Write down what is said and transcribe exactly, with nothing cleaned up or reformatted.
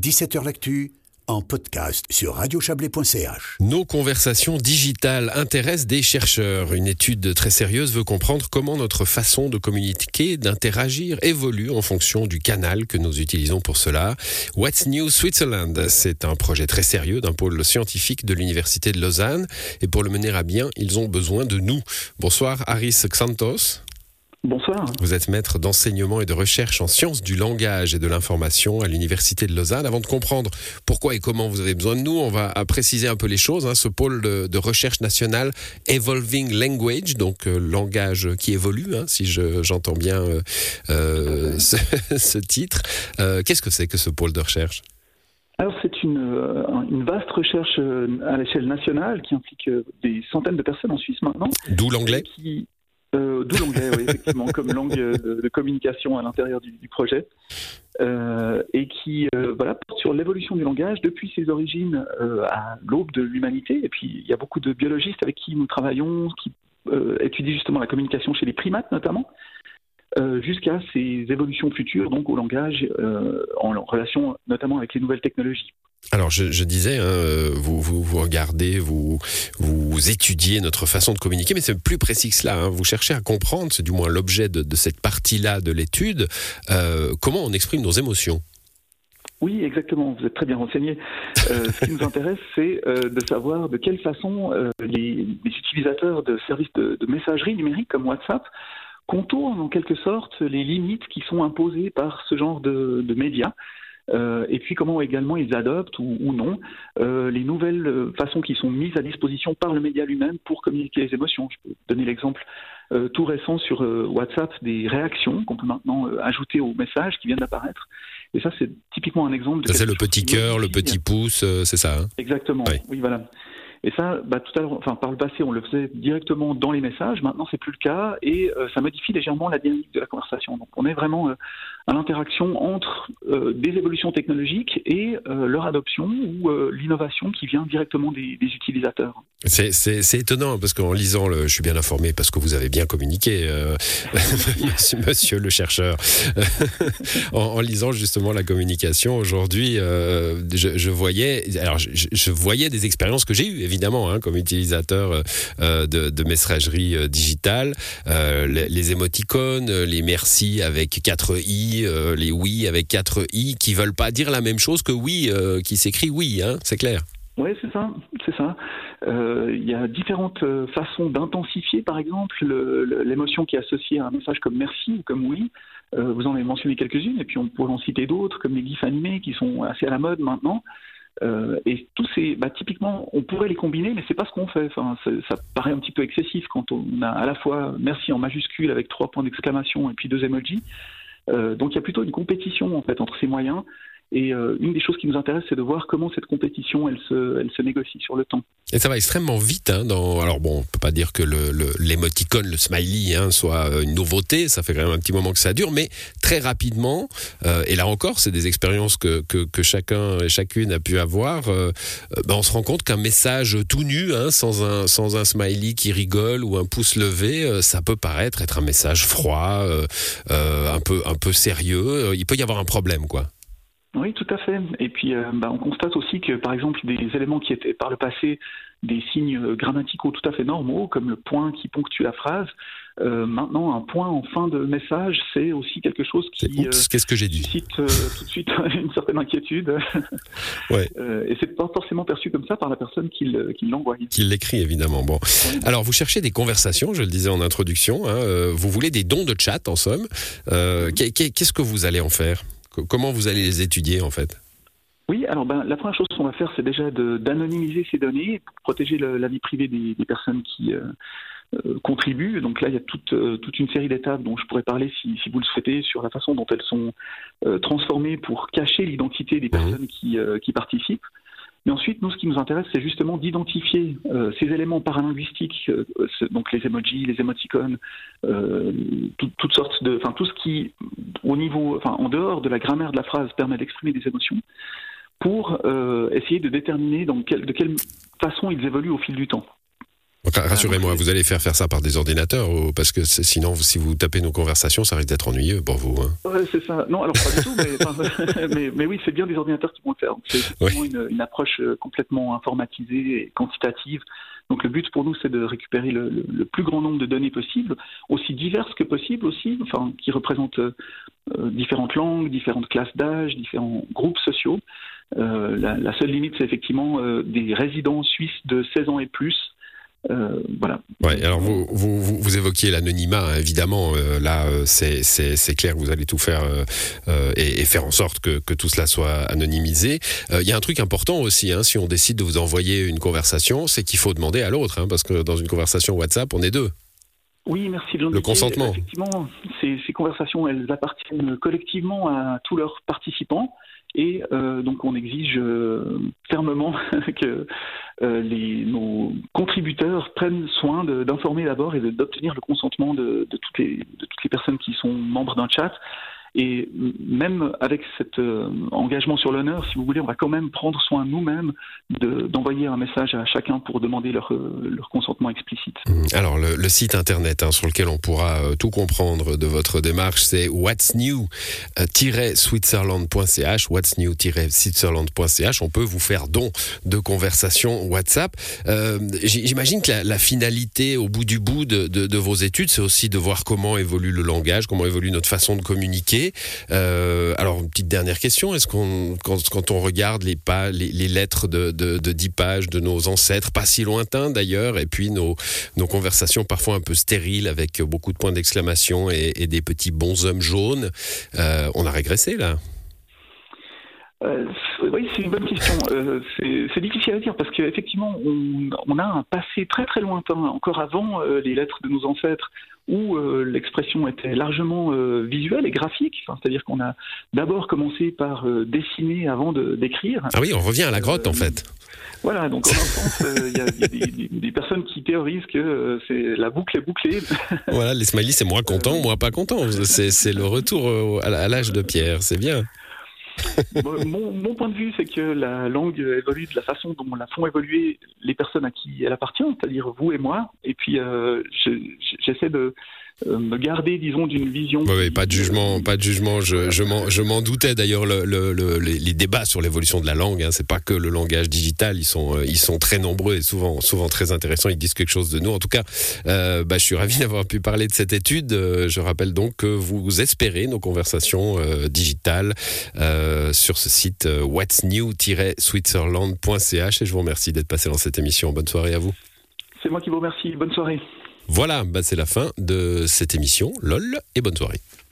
dix-sept heures l'actu, en podcast sur radio chablais point c h. Nos conversations digitales intéressent des chercheurs. Une étude très sérieuse veut comprendre comment notre façon de communiquer, d'interagir, évolue en fonction du canal que nous utilisons pour cela. What's New Switzerland, c'est un projet très sérieux d'un pôle scientifique de l'Université de Lausanne. Et pour le mener à bien, ils ont besoin de nous. Bonsoir, Aris Xantos. Bonsoir. Vous êtes maître d'enseignement et de recherche en sciences du langage et de l'information à l'Université de Lausanne. Avant de comprendre pourquoi et comment vous avez besoin de nous, on va préciser un peu les choses. Hein. Ce pôle de, de recherche nationale Evolving Language, donc euh, langage qui évolue, hein, si je, j'entends bien euh, euh, ce, ce titre. Euh, qu'est-ce que c'est que ce pôle de recherche ? Alors c'est une, une vaste recherche à l'échelle nationale qui implique des centaines de personnes en Suisse maintenant. D'où l'anglais ? qui... Euh, d'où l'anglais, oui, effectivement, comme langue de, de communication à l'intérieur du, du projet, euh, et qui euh, voilà, porte sur l'évolution du langage depuis ses origines euh, à l'aube de l'humanité. Et puis, il y a beaucoup de biologistes avec qui nous travaillons, qui euh, étudient justement la communication chez les primates notamment, euh, jusqu'à ces évolutions futures, donc au langage, euh, en relation notamment avec les nouvelles technologies. Alors, je, je disais, hein, vous, vous, vous regardez, vous, vous étudiez notre façon de communiquer, mais c'est plus précis que cela. Hein. Vous cherchez à comprendre, c'est du moins l'objet de, de cette partie-là de l'étude, euh, comment on exprime nos émotions. Oui, exactement, vous êtes très bien renseigné. Euh, ce qui nous intéresse, c'est euh, de savoir de quelle façon euh, les, les utilisateurs de services de, de messagerie numérique comme WhatsApp contournent en quelque sorte les limites qui sont imposées par ce genre de, de médias. Euh, et puis comment également ils adoptent ou, ou non euh, les nouvelles façons qui sont mises à disposition par le média lui-même pour communiquer les émotions. Je peux donner l'exemple euh, tout récent sur euh, WhatsApp des réactions qu'on peut maintenant euh, ajouter aux messages qui viennent d'apparaître. Et ça, c'est typiquement un exemple de... Ça, c'est le petit cœur, le petit pouce, euh, c'est ça, hein ? Exactement, oui, oui voilà. Et ça, bah, tout à l'heure, enfin, par le passé, on le faisait directement dans les messages. Maintenant, c'est plus le cas et euh, ça modifie légèrement la dynamique de la conversation. Donc, on est vraiment euh, à l'interaction entre euh, des évolutions technologiques et euh, leur adoption ou euh, l'innovation qui vient directement des, des utilisateurs. C'est, c'est, c'est étonnant parce qu'en lisant, le, je suis bien informé parce que vous avez bien communiqué, euh, monsieur, monsieur le chercheur. en, en lisant justement la communication aujourd'hui, euh, je, je voyais, alors je, je voyais des expériences que j'ai eues. Évidemment, hein, comme utilisateur euh, de, de messagerie euh, digitale, euh, les, les émoticônes, les merci avec quatre i, euh, les oui avec quatre i, qui veulent pas dire la même chose que oui, euh, qui s'écrit oui, hein, c'est clair. Oui, c'est ça, c'est ça. Euh, il y a différentes façons d'intensifier, par exemple, le, le, l'émotion qui est associée à un message comme merci ou comme oui. Euh, vous en avez mentionné quelques-unes, et puis on pourrait en citer d'autres, comme les gifs animés, qui sont assez à la mode maintenant. Euh, et tous ces, bah, typiquement, on pourrait les combiner, mais c'est pas ce qu'on fait. Enfin, ça paraît un petit peu excessif quand on a à la fois merci en majuscule avec trois points d'exclamation et puis deux emojis. Euh, donc il y a plutôt une compétition en fait entre ces moyens. Et euh, une des choses qui nous intéresse, c'est de voir comment cette compétition, elle se, elle se négocie sur le temps. Et ça va extrêmement vite. Hein, dans... Alors bon, on peut pas dire que le, le, l'émoticône, le smiley, hein, soit une nouveauté. Ça fait quand même un petit moment que ça dure, mais très rapidement. Euh, et là encore, c'est des expériences que, que, que chacun et chacune a pu avoir. Euh, ben on se rend compte qu'un message tout nu, hein, sans un sans un smiley qui rigole ou un pouce levé, euh, ça peut paraître être un message froid, euh, euh, un peu un peu sérieux. Il peut y avoir un problème, quoi. Oui, tout à fait. Et puis, euh, bah, on constate aussi que, par exemple, des éléments qui étaient par le passé des signes grammaticaux tout à fait normaux, comme le point qui ponctue la phrase, euh, maintenant, un point en fin de message, c'est aussi quelque chose qui Oups, euh, qu'est-ce que j'ai dit suscite euh, tout de suite une certaine inquiétude. Ouais. Euh, et c'est pas forcément perçu comme ça par la personne qui, le, qui l'envoie. Qui l'écrit, évidemment. Bon. Oui. Alors, vous cherchez des conversations, je le disais en introduction. Hein, euh, vous voulez des dons de chat, en somme. Euh, mm-hmm. Qu'est-ce que vous allez en faire ? Comment vous allez les étudier, en fait ? Oui, alors ben, la première chose qu'on va faire, c'est déjà de, d'anonymiser ces données pour protéger le, la vie privée des, des personnes qui euh, euh, contribuent. Donc là, il y a toute, euh, toute une série d'étapes dont je pourrais parler, si, si vous le souhaitez, sur la façon dont elles sont euh, transformées pour cacher l'identité des personnes mmh. qui, euh, qui participent. Mais ensuite, nous, ce qui nous intéresse, c'est justement d'identifier euh, ces éléments paralinguistiques, euh, donc les emojis, les émoticônes, euh, tout, toutes sortes de, enfin tout ce qui, au niveau, enfin en dehors de la grammaire de la phrase, permet d'exprimer des émotions, pour euh, essayer de déterminer dans quel, de quelle façon ils évoluent au fil du temps. Donc, rassurez-moi, vous allez faire faire ça par des ordinateurs, ou, parce que sinon, si vous tapez nos conversations, ça risque d'être ennuyeux pour vous. Hein. Ouais, c'est ça. Non, alors pas du tout, mais, enfin, mais, mais oui, c'est bien des ordinateurs qui vont le faire. C'est effectivement oui. une, une approche complètement informatisée et quantitative. Donc le but pour nous, c'est de récupérer le, le, le plus grand nombre de données possibles, aussi diverses que possible aussi, enfin, qui représentent euh, différentes langues, différentes classes d'âge, différents groupes sociaux. Euh, la, la seule limite, c'est effectivement euh, des résidents suisses de seize ans et plus. Euh, voilà. Ouais, alors vous, vous, vous, vous évoquiez l'anonymat, hein, évidemment. Euh, là, euh, c'est, c'est, c'est clair que vous allez tout faire euh, euh, et, et faire en sorte que, que tout cela soit anonymisé. Il euh, y a un truc important aussi, hein, si on décide de vous envoyer une conversation, c'est qu'il faut demander à l'autre, hein, parce que dans une conversation WhatsApp, on est deux. Oui, merci de le consentement. Effectivement, ces, ces conversations, elles appartiennent collectivement à tous leurs participants. Et euh, donc on exige euh, fermement que euh, les, nos contributeurs prennent soin de, d'informer d'abord et de, d'obtenir le consentement de, de, toutes les, de toutes les personnes qui sont membres d'un chat. Et même avec cet euh, engagement sur l'honneur, si vous voulez, on va quand même prendre soin nous-mêmes de, d'envoyer un message à chacun pour demander leur, leur consentement explicite. Alors le, le site internet hein, sur lequel on pourra euh, tout comprendre de votre démarche, c'est what's new tiret switzerland point c h, what's new tiret switzerland point c h. On peut vous faire don de conversation WhatsApp. Euh, j'imagine que la, la finalité au bout du bout de, de, de vos études, c'est aussi de voir comment évolue le langage, comment évolue notre façon de communiquer. Euh, alors, une petite dernière question. Est-ce qu'on, quand, quand on regarde les, pas, les, les lettres de, de, de dix pages de nos ancêtres, pas si lointains d'ailleurs, et puis nos, nos conversations parfois un peu stériles avec beaucoup de points d'exclamation et, et des petits bonshommes jaunes, euh, on a régressé là? Euh, oui, c'est une bonne question. Euh, c'est, c'est difficile à dire parce qu'effectivement, on, on a un passé très très lointain, encore avant euh, les lettres de nos ancêtres, où euh, l'expression était largement euh, visuelle et graphique. Enfin, c'est-à-dire qu'on a d'abord commencé par euh, dessiner avant de, d'écrire. Ah oui, on revient à la grotte euh, en fait. Voilà, donc en un sens, il euh, y a, y a des, des, des personnes qui théorisent que euh, c'est la boucle est bouclée. Voilà, les smileys, c'est moi content, moi pas content. C'est, c'est le retour euh, à l'âge de pierre, c'est bien. mon, mon point de vue, c'est que la langue évolue de la façon dont la font évoluer les personnes à qui elle appartient, c'est-à-dire vous et moi. Et puis, euh, je, j'essaie de euh, me garder, disons, d'une vision. Oui, oui, pas de jugement, pas de jugement. Je, je, m'en, je m'en doutais d'ailleurs. Le, le, le, les, les débats sur l'évolution de la langue, hein, c'est pas que le langage digital. Ils sont, ils sont très nombreux et souvent, souvent très intéressants. Ils disent quelque chose de nous. En tout cas, euh, bah, je suis ravi d'avoir pu parler de cette étude. Euh, je rappelle donc que vous espérez nos conversations euh, digitales. Euh, sur ce site euh, what's new tiret switzerland point c h et je vous remercie d'être passé dans cette émission. Bonne soirée à vous. C'est moi qui vous remercie. Bonne soirée. Voilà, bah c'est la fin de cette émission. Lol et bonne soirée.